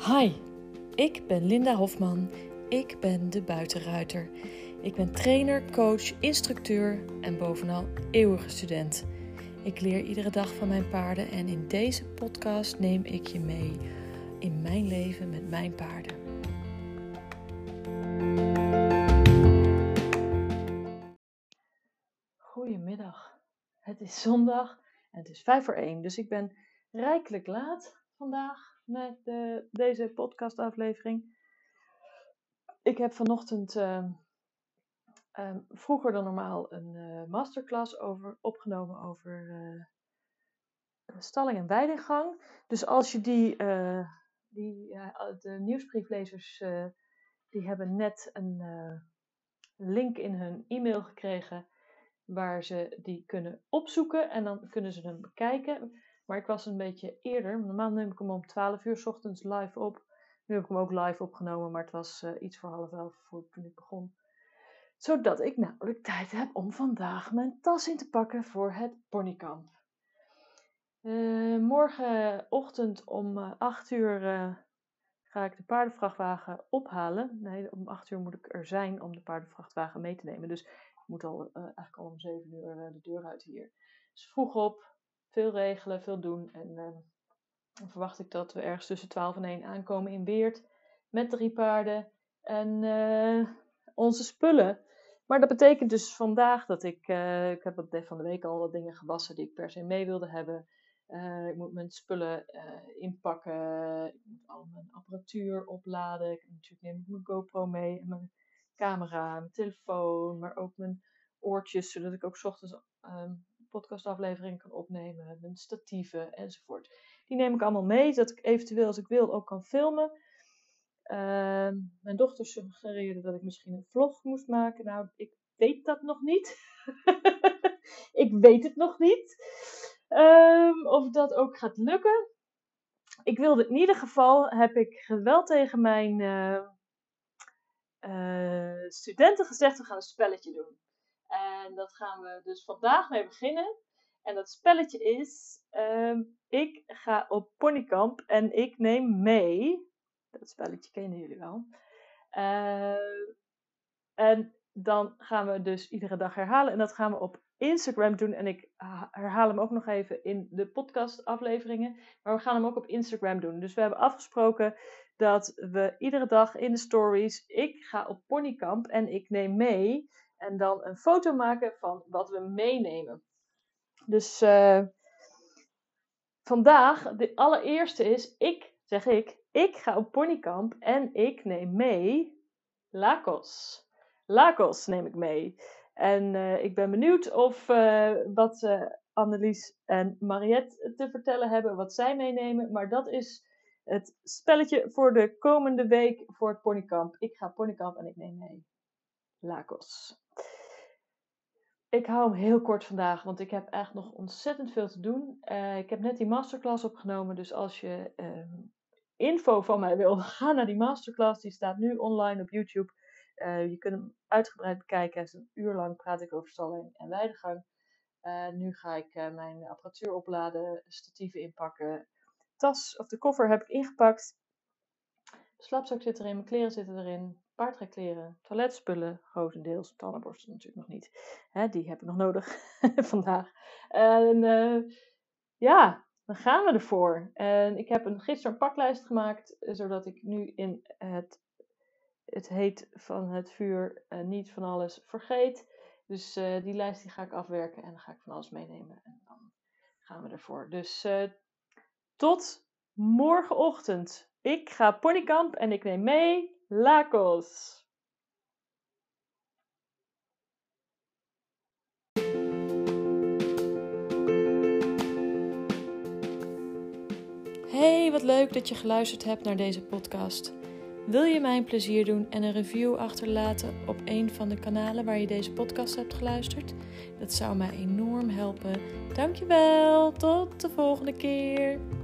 Hi, ik ben Linda Hofman. Ik ben de buitenruiter. Ik ben trainer, coach, instructeur en bovenal eeuwige student. Ik leer iedere dag van mijn paarden en in deze podcast neem ik je mee in mijn leven met mijn paarden. Goedemiddag. Het is zondag en het is 1:05, dus ik ben rijkelijk laat vandaag met deze podcastaflevering. Ik heb vanochtend vroeger dan normaal een masterclass opgenomen over stalling en weidinggang. Dus als je de nieuwsbrieflezers die hebben net een link in hun e-mail gekregen waar ze die kunnen opzoeken en dan kunnen ze hem bekijken. Maar ik was een beetje eerder. Normaal neem ik hem om 12:00 's ochtends live op. Nu heb ik hem ook live opgenomen, maar het was iets voor 10:30 toen ik begon. Zodat ik namelijk tijd heb om vandaag mijn tas in te pakken voor het ponykamp. Morgenochtend om 8:00 ga ik de paardenvrachtwagen ophalen. Nee, om 8:00 moet ik er zijn om de paardenvrachtwagen mee te nemen. Dus ik moet eigenlijk al om 7:00 de deur uit hier. Dus vroeg op, veel regelen, veel doen. En dan verwacht ik dat we ergens tussen 12 en 1 aankomen in Weert. Met 3 paarden en onze spullen. Maar dat betekent dus vandaag dat ik heb van de week al wat dingen gewassen die ik per se mee wilde hebben. Ik moet mijn spullen inpakken. Ik moet al mijn apparatuur opladen. Natuurlijk neem ik mijn GoPro mee. En mijn camera, mijn telefoon. Maar ook mijn oortjes. Zodat ik ook 's ochtends podcastafleveringen kan opnemen. Mijn statieven enzovoort. Die neem ik allemaal mee. Zodat ik eventueel als ik wil ook kan filmen. Mijn dochter suggereerde dat ik misschien een vlog moest maken. Nou, ik weet dat nog niet. Ik weet het nog niet. Of dat ook gaat lukken. Ik wilde in ieder geval, heb ik wel tegen mijn studenten gezegd, we gaan een spelletje doen. En dat gaan we dus vandaag mee beginnen. En dat spelletje is, ik ga op ponykamp en ik neem mee. Dat spelletje kennen jullie wel. En dan gaan we dus iedere dag herhalen. En dat gaan we op Instagram doen. En ik herhaal hem ook nog even in de podcastafleveringen. Maar we gaan hem ook op Instagram doen. Dus we hebben afgesproken dat we iedere dag in de stories, ik ga op ponykamp en ik neem mee. En dan een foto maken van wat we meenemen. Dus vandaag, de allereerste is, ik ga op ponykamp en ik neem mee Lacos. Lacos neem ik mee. En ik ben benieuwd of wat Annelies en Mariette te vertellen hebben, wat zij meenemen. Maar dat is het spelletje voor de komende week voor het ponykamp. Ik ga ponykamp en ik neem mee Lacos. Ik hou hem heel kort vandaag, want ik heb echt nog ontzettend veel te doen. Ik heb net die masterclass opgenomen, dus als je info van mij wil, ga naar die masterclass. Die staat nu online op YouTube. Je kunt hem uitgebreid bekijken. Een uur lang praat ik over stalling en weidegang. Nu ga ik mijn apparatuur opladen, statieven inpakken. De koffer heb ik ingepakt. De slaapzak zit erin, mijn kleren zitten erin. Paardrijkleren, toiletspullen, grotendeels. Tandenborstel natuurlijk nog niet. Die heb ik nog nodig vandaag. En ja, dan gaan we ervoor. En ik heb gisteren een paklijst gemaakt, zodat ik nu in het heet van het vuur niet van alles vergeet. Dus die lijst die ga ik afwerken en dan ga ik van alles meenemen. En dan gaan we ervoor. Dus tot morgenochtend. Ik ga ponykamp en ik neem mee Lacos. Hey, wat leuk dat je geluisterd hebt naar deze podcast. Wil je mij een plezier doen en een review achterlaten op een van de kanalen waar je deze podcast hebt geluisterd? Dat zou mij enorm helpen. Dankjewel, tot de volgende keer.